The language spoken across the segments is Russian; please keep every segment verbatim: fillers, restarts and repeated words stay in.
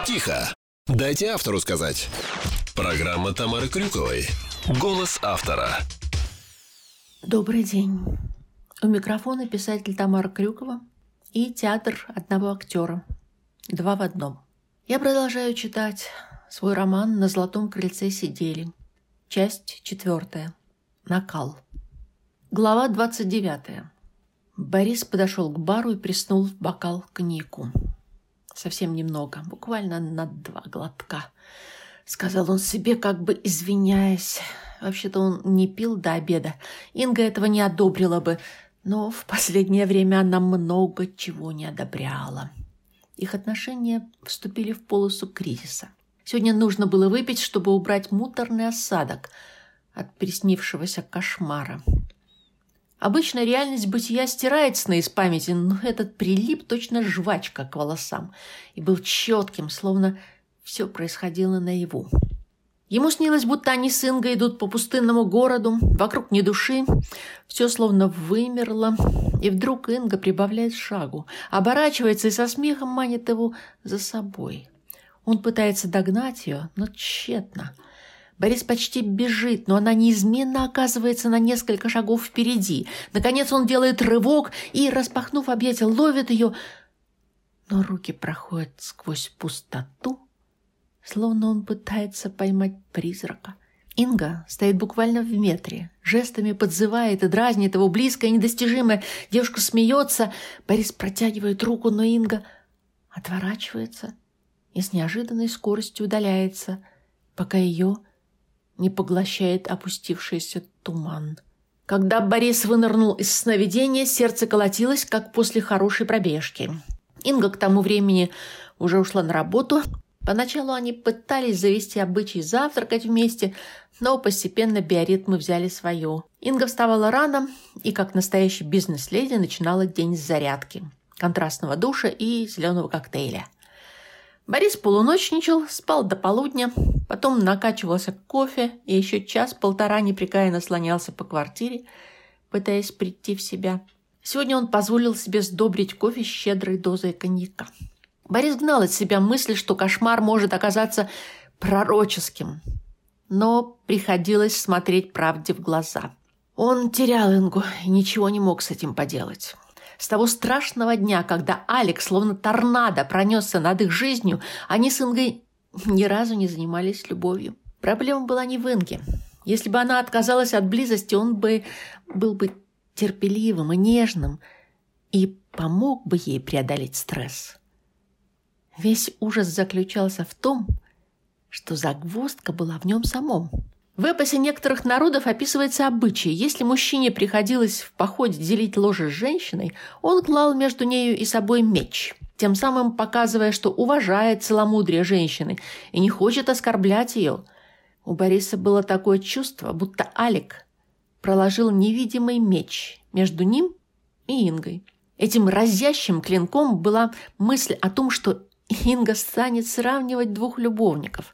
Тихо! Дайте автору сказать. Программа Тамары Крюковой. Голос автора. Добрый день. У микрофона писатель Тамара Крюкова и театр одного актера. Два в одном. Я продолжаю читать свой роман «На золотом крыльце сидели». Часть четвертая. Накал. Глава двадцать девятая. Борис подошел к бару и плеснул в бокал коньяку. Совсем немного, буквально на два глотка. Сказал он себе, как бы извиняясь. Вообще-то он не пил до обеда. Инга этого не одобрила бы, но в последнее время она много чего не одобряла. Их отношения вступили в полосу кризиса. Сегодня нужно было выпить, чтобы убрать муторный осадок от приснившегося кошмара. Обычно реальность бытия стирает сны из памяти, но этот прилип точно жвачка к волосам и был четким, словно все происходило наяву. Ему снилось, будто они с Ингой идут по пустынному городу, вокруг ни души, все словно вымерло, и вдруг Инга прибавляет шагу, оборачивается и со смехом манит его за собой. Он пытается догнать ее, но тщетно. Борис почти бежит, но она неизменно оказывается на несколько шагов впереди. Наконец он делает рывок и, распахнув объятия, ловит ее, но руки проходят сквозь пустоту, словно он пытается поймать призрака. Инга стоит буквально в метре, жестами подзывает и дразнит его близкое и недостижимое. Девушка смеется, Борис протягивает руку, но Инга отворачивается и с неожиданной скоростью удаляется, пока ее не поглощает опустившийся туман. Когда Борис вынырнул из сновидения, сердце колотилось, как после хорошей пробежки. Инга к тому времени уже ушла на работу. Поначалу они пытались завести обычай завтракать вместе, но постепенно биоритмы взяли свое. Инга вставала рано и, как настоящий бизнес-леди, начинала день с зарядки, контрастного душа и зеленого коктейля. Борис полуночничал, спал до полудня, потом накачивался кофе и еще час-полтора непрекаянно слонялся по квартире, пытаясь прийти в себя. Сегодня он позволил себе сдобрить кофе щедрой дозой коньяка. Борис гнал от себя мысль, что кошмар может оказаться пророческим, но приходилось смотреть правде в глаза. Он терял Ингу и ничего не мог с этим поделать. С того страшного дня, когда Алекс, словно торнадо, пронесся над их жизнью, они с Ингой ни разу не занимались любовью. Проблема была не в Инге. Если бы она отказалась от близости, он бы был бы терпеливым и нежным и помог бы ей преодолеть стресс. Весь ужас заключался в том, что загвоздка была в нем самом. В эпосе некоторых народов описывается обычай. Если мужчине приходилось в походе делить ложе с женщиной, он клал между нею и собой меч, тем самым показывая, что уважает целомудрие женщины и не хочет оскорблять ее. У Бориса было такое чувство, будто Алик проложил невидимый меч между ним и Ингой. Этим разящим клинком была мысль о том, что Инга станет сравнивать двух любовников.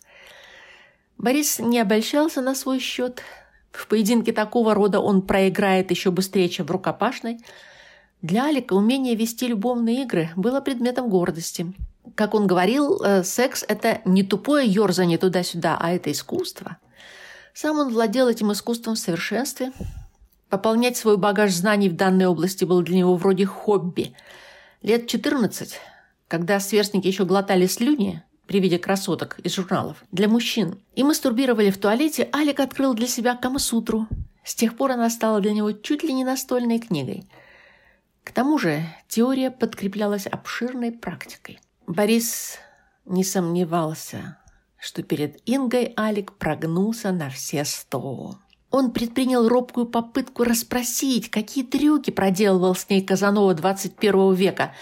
Борис не обольщался на свой счет. В поединке такого рода он проиграет еще быстрее, чем в рукопашной. Для Алика умение вести любовные игры было предметом гордости. Как он говорил, секс – это не тупое ерзание туда-сюда, а это искусство. Сам он владел этим искусством в совершенстве. Пополнять свой багаж знаний в данной области было для него вроде хобби. Лет четырнадцать, когда сверстники еще глотали слюни при виде красоток из журналов для мужчин и мастурбировали в туалете, Алик открыл для себя Камасутру. С тех пор она стала для него чуть ли не настольной книгой. К тому же теория подкреплялась обширной практикой. Борис не сомневался, что перед Ингой Алик прогнулся на все сто. Он предпринял робкую попытку расспросить, какие трюки проделывал с ней Казанова двадцать первого века.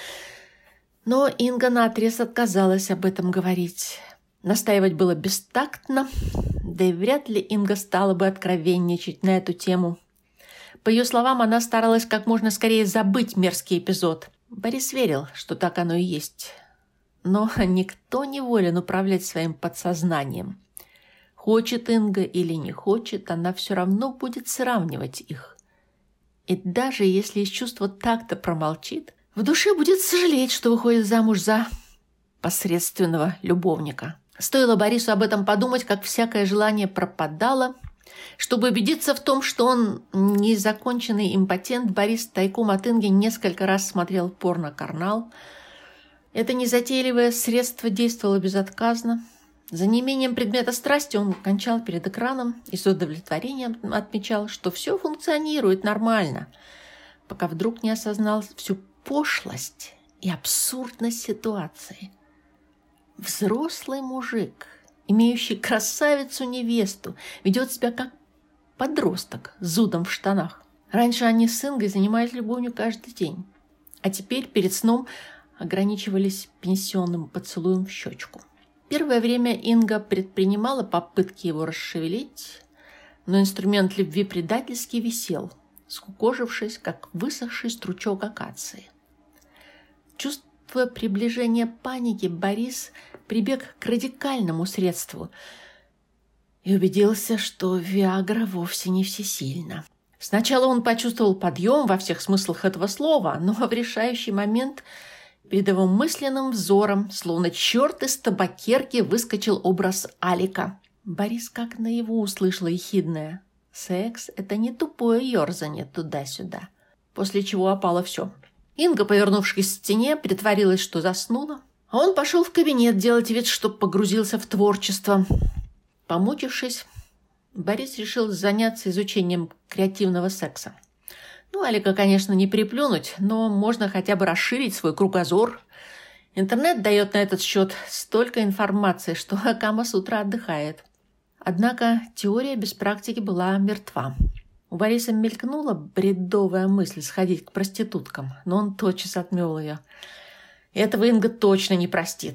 Но Инга наотрез отказалась об этом говорить. Настаивать было бестактно, да и вряд ли Инга стала бы откровенничать на эту тему. По ее словам, она старалась как можно скорее забыть мерзкий эпизод. Борис верил, что так оно и есть. Но никто не волен управлять своим подсознанием. Хочет Инга или не хочет, она все равно будет сравнивать их. И даже если из чувства так-то промолчит, в душе будет сожалеть, что выходит замуж за посредственного любовника. Стоило Борису об этом подумать, как всякое желание пропадало. Чтобы убедиться в том, что он незаконченный импотент, Борис тайком от Инги несколько раз смотрел порно-карнал. Это незатейливое средство действовало безотказно. За неимением предмета страсти он кончал перед экраном и с удовлетворением отмечал, что все функционирует нормально, пока вдруг не осознал всю пошлость и абсурдность ситуации. Взрослый мужик, имеющий красавицу-невесту, ведет себя как подросток с зудом в штанах. Раньше они с Ингой занимались любовью каждый день, а теперь перед сном ограничивались пенсионным поцелуем в щечку. Первое время Инга предпринимала попытки его расшевелить, но инструмент любви предательски висел, скукожившись, как высохший стручок акации. Чувствуя приближение паники, Борис прибег к радикальному средству и убедился, что Виагра вовсе не всесильна. Сначала он почувствовал подъем во всех смыслах этого слова, но в решающий момент перед его мысленным взором, словно черт из табакерки, выскочил образ Алика. Борис как наяву услышал ехидное: «Секс – это не тупое ерзание туда-сюда», после чего опало все. Инга, повернувшись к стене, притворилась, что заснула, а он пошел в кабинет делать вид, что погрузился в творчество. Помучившись, Борис решил заняться изучением креативного секса. Ну, Алика, конечно, не переплюнуть, но можно хотя бы расширить свой кругозор. Интернет дает на этот счет столько информации, что Кама-сутра отдыхает. Однако теория без практики была мертва. У Бориса мелькнула бредовая мысль сходить к проституткам, но он тотчас отмел ее. Этого Инга точно не простит.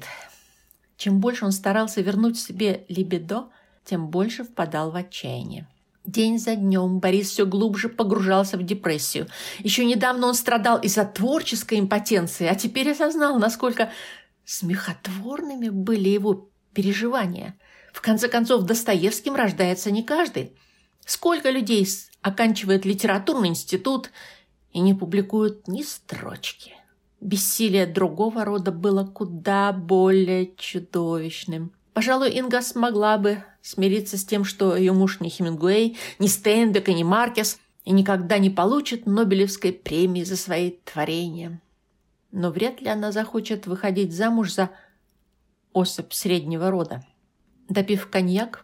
Чем больше он старался вернуть себе либидо, тем больше впадал в отчаяние. День за днем Борис все глубже погружался в депрессию. Еще недавно он страдал из-за творческой импотенции, а теперь осознал, насколько смехотворными были его переживания. В конце концов, Достоевским рождается не каждый. Сколько людей оканчивает литературный институт и не публикуют ни строчки. Бессилие другого рода было куда более чудовищным. Пожалуй, Инга смогла бы смириться с тем, что ее муж не Хемингуэй, не Стейнбек и не Маркес, и никогда не получит Нобелевской премии за свои творения. Но вряд ли она захочет выходить замуж за особь среднего рода. Допив коньяк,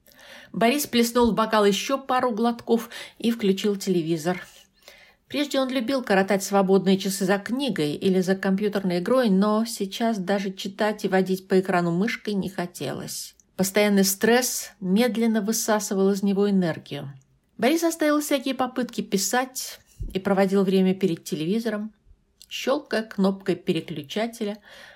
Борис плеснул в бокал еще пару глотков и включил телевизор. Прежде он любил коротать свободные часы за книгой или за компьютерной игрой, но сейчас даже читать и водить по экрану мышкой не хотелось. Постоянный стресс медленно высасывал из него энергию. Борис оставил всякие попытки писать и проводил время перед телевизором, щелкая кнопкой переключателя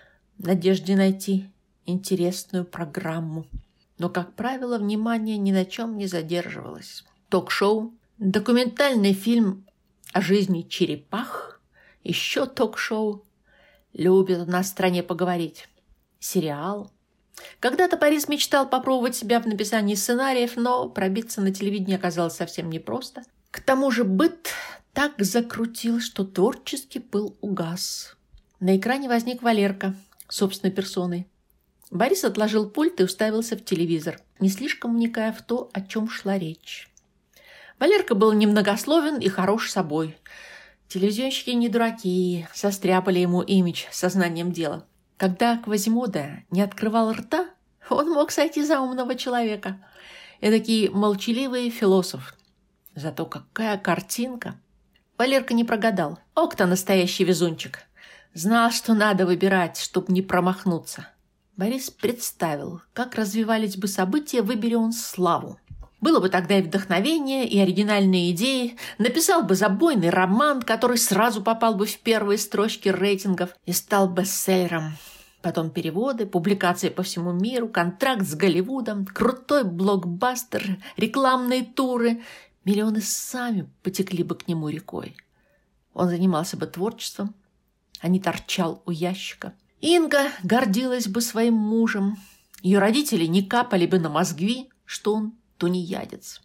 в надежде найти интересную программу. Но, как правило, внимание ни на чем не задерживалось. Ток-шоу, документальный фильм о жизни черепах, еще ток-шоу. Любят у нас в стране поговорить. Сериал. Когда-то Борис мечтал попробовать себя в написании сценариев, но пробиться на телевидении оказалось совсем непросто. К тому же быт так закрутил, что творческий пыл угас. На экране возник Валерка собственной персоной. Борис отложил пульт и уставился в телевизор, не слишком вникая в то, о чем шла речь. Валерка был немногословен и хорош собой. Телевизионщики не дураки, состряпали ему имидж сознанием дела. Когда Квазимода не открывал рта, он мог сойти за умного человека. Эдакий молчаливый философ. Зато какая картинка! Валерка не прогадал. О, кто настоящий везунчик! Знал, что надо выбирать, чтобы не промахнуться. Борис представил, как развивались бы события, выбери он славу. Было бы тогда и вдохновение, и оригинальные идеи. Написал бы забойный роман, который сразу попал бы в первые строчки рейтингов и стал бестселлером. Потом переводы, публикации по всему миру, контракт с Голливудом, крутой блокбастер, рекламные туры. Миллионы сами потекли бы к нему рекой. Он занимался бы творчеством, а не торчал у ящика. Инга гордилась бы своим мужем. Ее родители не капали бы на мозги, что он тунеядец.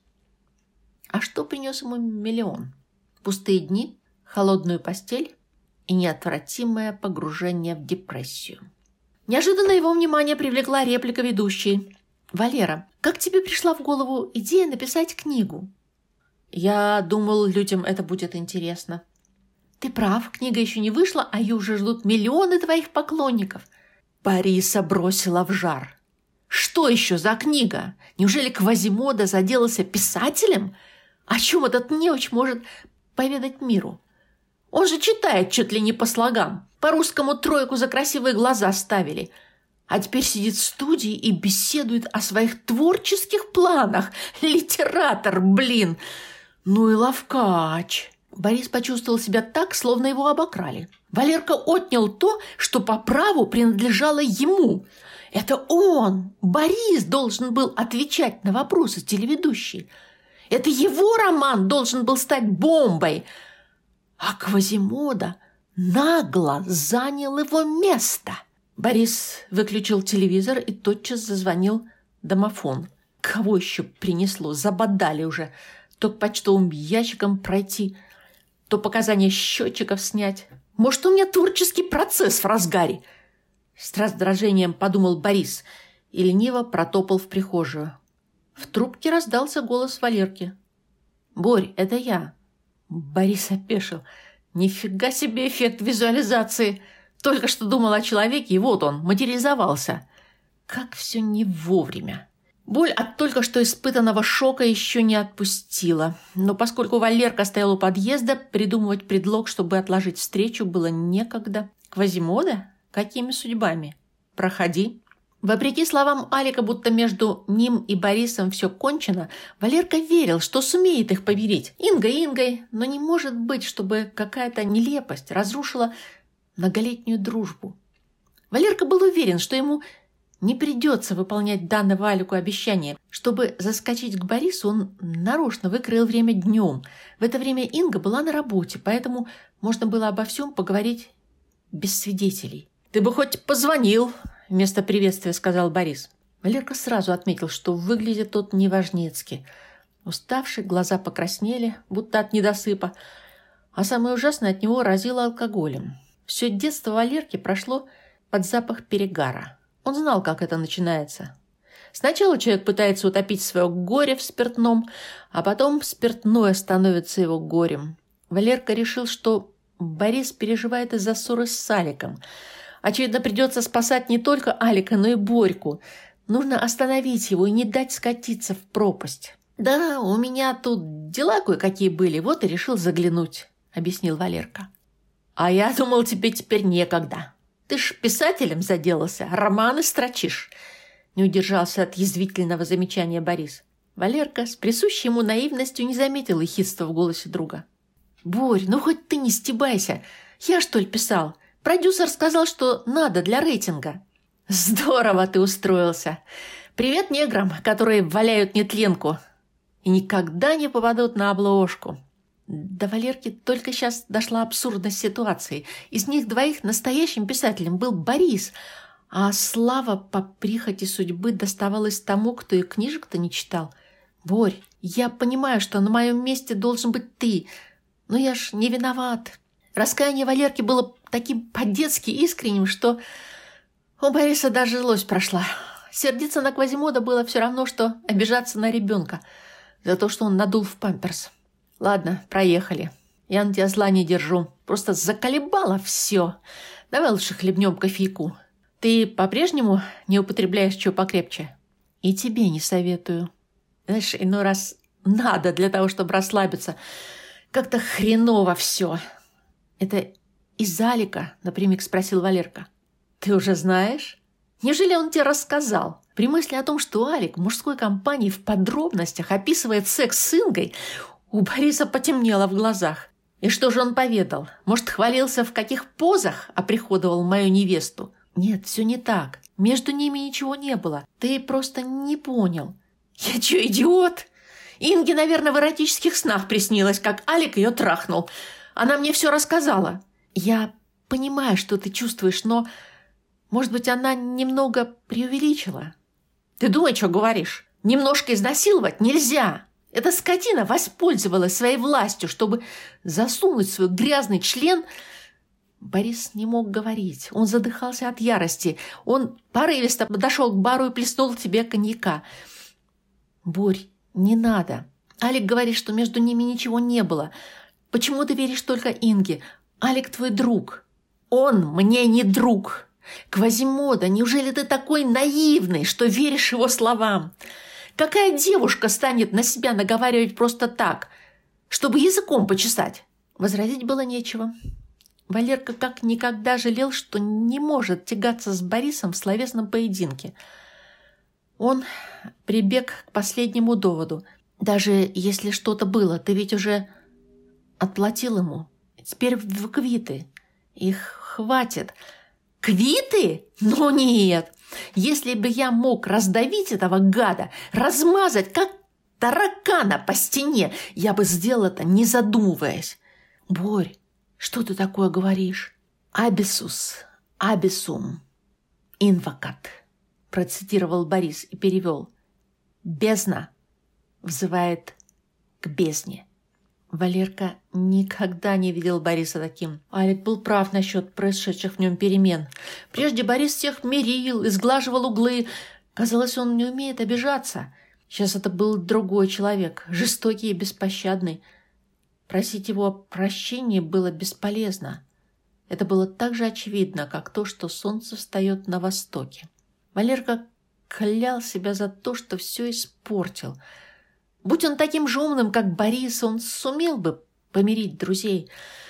А что принес ему миллион? Пустые дни, холодную постель и неотвратимое погружение в депрессию. Неожиданно его внимание привлекла реплика ведущей. «Валера, как тебе пришла в голову идея написать книгу?» «Я думал, людям это будет интересно». «Ты прав, книга еще не вышла, а ее уже ждут миллионы твоих поклонников». Бориса бросила в жар. «Что еще за книга? Неужели Квазимода заделался писателем? О чем этот неуч может поведать миру? Он же читает чуть ли не по слогам. По-русскому тройку за красивые глаза ставили. А теперь сидит в студии и беседует о своих творческих планах. Литератор, блин! Ну и ловкач!» Борис почувствовал себя так, словно его обокрали. Валерка отнял то, что по праву принадлежало ему. Это он, Борис, должен был отвечать на вопросы телеведущей. Это его роман должен был стать бомбой. А Квазимода нагло занял его место. Борис выключил телевизор и тотчас зазвонил домофон. Кого еще принесло? Забодали уже. То к почтовым ящикам пройти, то показания счетчиков снять. Может, у меня творческий процесс в разгаре? С раздражением подумал Борис и лениво протопал в прихожую. В трубке раздался голос Валерки. «Борь, это я». Борис опешил. Нифига себе эффект визуализации. Только что думал о человеке, и вот он, материализовался. Как все не вовремя. Боль от только что испытанного шока еще не отпустила. Но поскольку Валерка стоял у подъезда, придумывать предлог, чтобы отложить встречу, было некогда. Квазимода? Какими судьбами? Проходи. Вопреки словам Алика, будто между ним и Борисом все кончено, Валерка верил, что сумеет их помирить. Инга Ингой, но не может быть, чтобы какая-то нелепость разрушила многолетнюю дружбу. Валерка был уверен, что ему не придется выполнять данного Алику обещание. Чтобы заскочить к Борису, он нарочно выкроил время днем. В это время Инга была на работе, поэтому можно было обо всем поговорить без свидетелей. «Ты бы хоть позвонил», — вместо приветствия сказал Борис. Валерка сразу отметил, что выглядит тот неважнецки. Уставший, глаза покраснели, будто от недосыпа. А самое ужасное, от него разило алкоголем. Все детство Валерки прошло под запах перегара. Он знал, как это начинается. Сначала человек пытается утопить свое горе в спиртном, а потом спиртное становится его горем. Валерка решил, что Борис переживает из-за ссоры с Аликом. Очевидно, придется спасать не только Алика, но и Борьку. Нужно остановить его и не дать скатиться в пропасть. «Да, у меня тут дела кое-какие были, вот и решил заглянуть», — объяснил Валерка. «А я думал, тебе теперь некогда. Ты ж писателем заделался, романы строчишь», — не удержался от язвительного замечания Борис. Валерка с присущей ему наивностью не заметил ехидства в голосе друга. «Борь, ну хоть ты не стебайся. Я, что ли, писал? Продюсер сказал, что надо для рейтинга». «Здорово ты устроился. Привет неграм, которые валяют нетленку и никогда не попадут на обложку». До Валерки только сейчас дошла абсурдность ситуации. Из них двоих настоящим писателем был Борис, а слава по прихоти судьбы доставалась тому, кто и книжек-то не читал. «Борь, я понимаю, что на моем месте должен быть ты, но я ж не виноват». Раскаяние Валерки было таким по-детски искренним, что у Бориса даже злость прошла. Сердиться на Квазимода было все равно, что обижаться на ребенка за то, что он надул в памперс. «Ладно, проехали. Я на тебя зла не держу. Просто заколебало все. Давай лучше хлебнем кофейку. Ты по-прежнему не употребляешь чего покрепче?» «И тебе не советую. Знаешь, иной раз надо для того, чтобы расслабиться. Как-то хреново все». «Это из Алика?» — напрямик спросил Валерка. «Ты уже знаешь? Неужели он тебе рассказал?» При мысли о том, что Алик в мужской компании в подробностях описывает секс с Ингой, у Бориса потемнело в глазах. И что же он поведал? Может, хвалился, в каких позах оприходовал мою невесту? Нет, все не так. Между ними ничего не было. Ты просто не понял. Я что, идиот? Инге, наверное, в эротических снах приснилось, как Алик ее трахнул. Она мне все рассказала. Я понимаю, что ты чувствуешь, но, может быть, она немного преувеличила. Ты думай, что говоришь. Немножко изнасиловать нельзя. Эта скотина воспользовалась своей властью, чтобы засунуть свой грязный член Борис не мог говорить. Он задыхался от ярости. Он порывисто подошел к бару и плеснул тебе коньяка. «Борь, не надо. Алик говорит, что между ними ничего не было. Почему ты веришь только Инге? Алик твой друг». «Он мне не друг. Квазимода, неужели ты такой наивный, что веришь его словам? Какая девушка станет на себя наговаривать просто так, чтобы языком почесать?» Возразить было нечего. Валерка как никогда жалел, что не может тягаться с Борисом в словесном поединке. Он прибег к последнему доводу. «Даже если что-то было, ты ведь уже отплатил ему. Теперь в квиты. Их хватит». «Квиты? Ну нет! Если бы я мог раздавить этого гада, размазать, как таракана по стене, я бы сделал это, не задумываясь». «Борь, что ты такое говоришь?» «Абисус, абисум, инвокат», процитировал Борис и перевел. «Бездна взывает к бездне». Валерка никогда не видел Бориса таким. Алик был прав насчет происшедших в нем перемен. Прежде Борис всех мирил и сглаживал углы. Казалось, он не умеет обижаться. Сейчас это был другой человек, жестокий и беспощадный. Просить его о прощении было бесполезно. Это было так же очевидно, как то, что солнце встает на востоке. Валерка клял себя за то, что все испортил. Будь он таким же умным, как Борис, он сумел бы помирить друзей.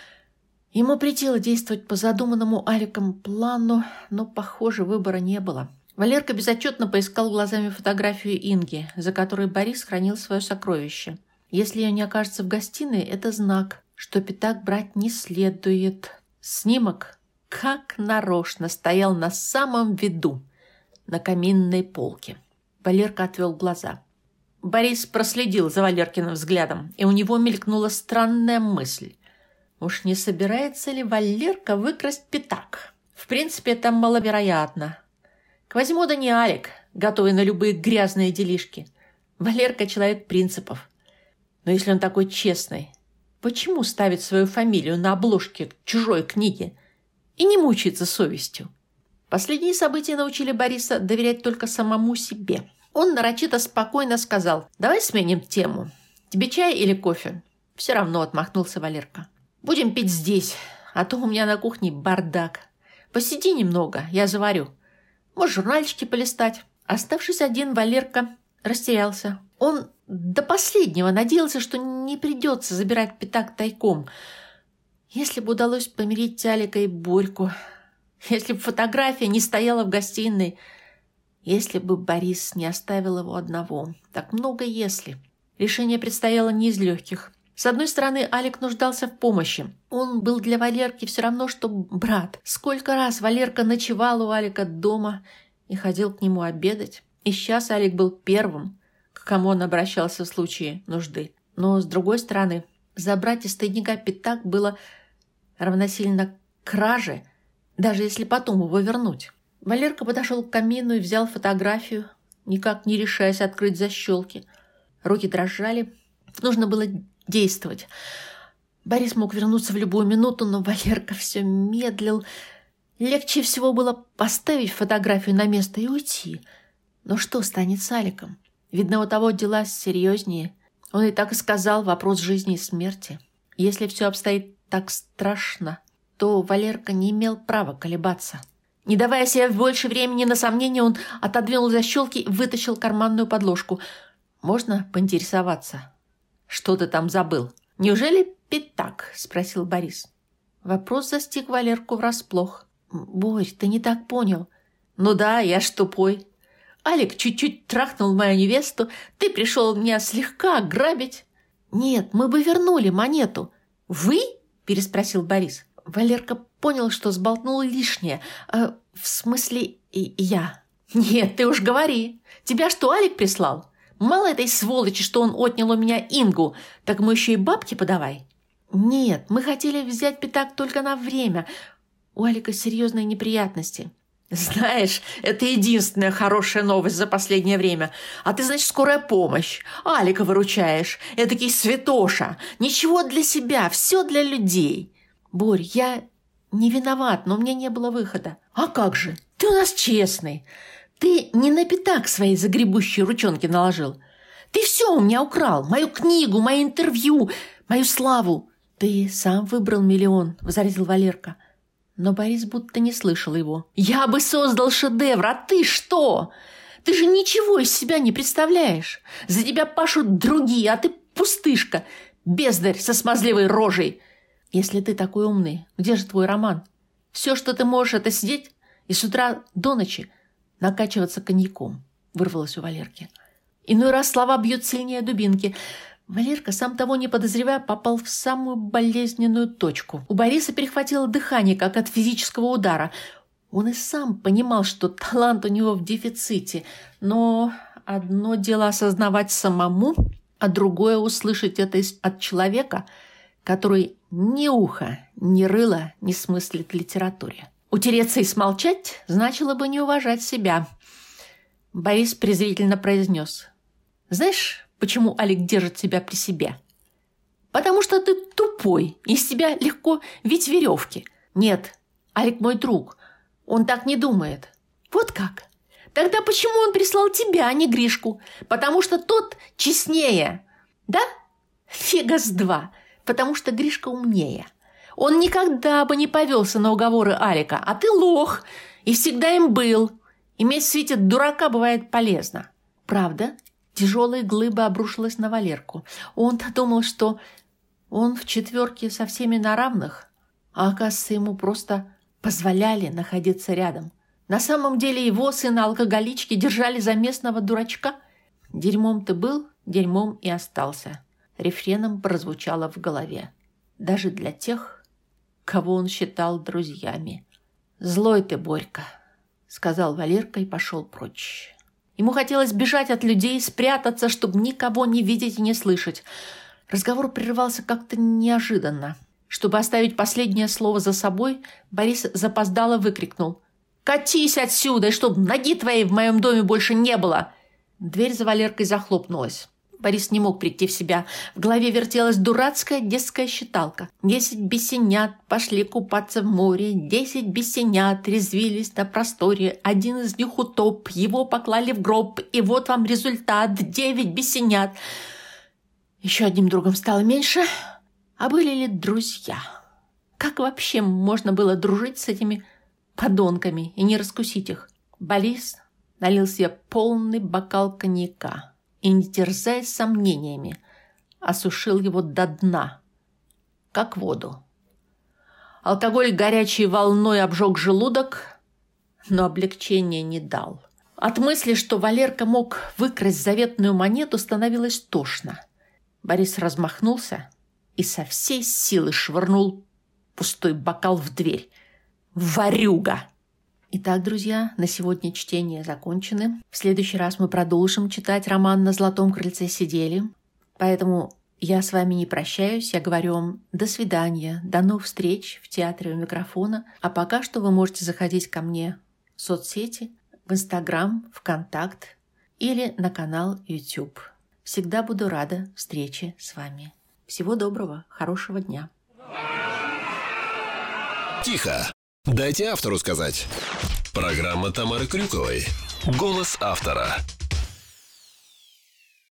Ему претило действовать по задуманному Аликом плану, но, похоже, выбора не было. Валерка безотчетно поискал глазами фотографию Инги, за которой Борис хранил свое сокровище. Если ее не окажется в гостиной, это знак, что пятак брать не следует. Снимок, как нарочно, стоял на самом виду, на каминной полке. Валерка отвел глаза. Борис проследил за Валеркиным взглядом, и у него мелькнула странная мысль. Уж не собирается ли Валерка выкрасть пятак? В принципе, это маловероятно. Квазимода не Алик, готовый на любые грязные делишки. Валерка – человек принципов. Но если он такой честный, почему ставит свою фамилию на обложке чужой книги и не мучается совестью? Последние события научили Бориса доверять только самому себе. Он нарочито спокойно сказал: «Давай сменим тему. Тебе чай или кофе?» «Все равно», — отмахнулся Валерка. «Будем пить здесь, а то у меня на кухне бардак. Посиди немного, я заварю. Можешь журнальчики полистать». Оставшись один, Валерка растерялся. Он до последнего надеялся, что не придется забирать пятак тайком. Если бы удалось помирить Алика и Борьку, если бы фотография не стояла в гостиной, если бы Борис не оставил его одного. Так много «если». Решение предстояло не из легких. С одной стороны, Алик нуждался в помощи. Он был для Валерки все равно, что брат. Сколько раз Валерка ночевал у Алика дома и ходил к нему обедать. И сейчас Алик был первым, к кому он обращался в случае нужды. Но, с другой стороны, забрать из тайника пятак было равносильно краже, даже если потом его вернуть. Валерка подошел к камину и взял фотографию, никак не решаясь открыть защелки. Руки дрожали. Нужно было действовать. Борис мог вернуться в любую минуту, но Валерка все медлил. Легче всего было поставить фотографию на место и уйти. Но что станет с Аликом? Видно, у того дела серьезнее. Он и так и сказал: вопрос жизни и смерти. Если все обстоит так страшно, то Валерка не имел права колебаться. Не давая себе больше времени на сомнения, он отодвинул защелки и вытащил карманную подложку. «Можно поинтересоваться? Что ты там забыл?» «Неужели пятак?» – спросил Борис. Вопрос застиг Валерку врасплох. «Борь, ты не так понял». «Ну да, я ж тупой. Алик чуть-чуть трахнул мою невесту. Ты пришел меня слегка ограбить». «Нет, мы бы вернули монету». «Вы?» – переспросил Борис. Валерка понял, что сболтнул лишнее. А, в смысле, и я. «Нет, ты уж говори. Тебя что, Алик прислал? Мало этой сволочи, что он отнял у меня Ингу, так мы еще и бабки подавай». «Нет, мы хотели взять пятак только на время. У Алика серьезные неприятности». «Знаешь, это единственная хорошая новость за последнее время. А ты, значит, скорая помощь. Алика выручаешь. Эдакий святоша. Ничего для себя, все для людей». «Борь, я не виноват, но мне не было выхода. А как же? Ты у нас честный. Ты не на пятак свои загребущие ручонки наложил. Ты все у меня украл. Мою книгу, мое интервью, мою славу. Ты сам выбрал миллион, возразил Валерка. Но Борис будто не слышал его. Я бы создал шедевр, а ты что? Ты же ничего из себя не представляешь. За тебя пашут другие, а ты пустышка, бездарь со смазливой рожей. Если ты такой умный, где же твой роман? Все, что ты можешь, это сидеть и с утра до ночи накачиваться коньяком, вырвалось у Валерки. Иной раз слова бьют сильнее дубинки. Валерка, сам того не подозревая, попал в самую болезненную точку. У Бориса перехватило дыхание, как от физического удара. Он и сам понимал, что талант у него в дефиците. Но одно дело осознавать самому, а другое услышать это от человека, который ни уха, ни рыла не смыслит в литературе. Утереться и смолчать значило бы не уважать себя. Борис презрительно произнес. Знаешь, почему Алик держит себя при себе? Потому что ты тупой, из тебя легко вить веревки. Нет, Алик мой друг, он так не думает. Вот как? Тогда почему он прислал тебя, а не Гришку? Потому что тот честнее. Да? Фига с два. Потому что Гришка умнее. Он никогда бы не повелся на уговоры Алика, а ты лох, и всегда им был. Иметь в свете дурака бывает полезно. Правда? Тяжелая глыба обрушилась на Валерку. Он-то думал, что он в четверке со всеми на равных, а оказывается, ему просто позволяли находиться рядом. На самом деле его, сына алкоголички, держали за местного дурачка. Дерьмом ты был, дерьмом и остался. Рефреном прозвучало в голове. Даже для тех, кого он считал друзьями. «Злой ты, Борька», — сказал Валерка и пошел прочь. Ему хотелось бежать от людей, спрятаться, чтобы никого не видеть и не слышать. Разговор прерывался как-то неожиданно. Чтобы оставить последнее слово за собой, Борис запоздало выкрикнул. «Катись отсюда, и чтоб ноги твоей в моем доме больше не было!» Дверь за Валеркой захлопнулась. Борис не мог прийти в себя. В голове вертелась дурацкая детская считалка. Десять бесенят пошли купаться в море, десять бесенят резвились на просторе, один из них утоп, его поклали в гроб, и вот вам результат — девять бесенят. Еще одним другом стало меньше. А были ли друзья? Как вообще можно было дружить с этими подонками и не раскусить их? Борис налил себе полный бокал коньяка и, не терзаясь сомнениями, осушил его до дна, как воду. Алкоголь горячей волной обжег желудок, но облегчения не дал. От мысли, что Валерка мог выкрасть заветную монету, становилось тошно. Борис размахнулся и со всей силы швырнул пустой бокал в дверь. «Ворюга!» Итак, друзья, на сегодня чтения закончены. В следующий раз мы продолжим читать роман «На золотом крыльце сидели». Поэтому я с вами не прощаюсь, я говорю вам до свидания, до новых встреч в театре у микрофона. А пока что вы можете заходить ко мне в соцсети, в Инстаграм, ВКонтакт или на канал YouTube. Всегда буду рада встрече с вами. Всего доброго, хорошего дня. Тихо! Дайте автору сказать. Программа Тамары Крюковой. Голос автора.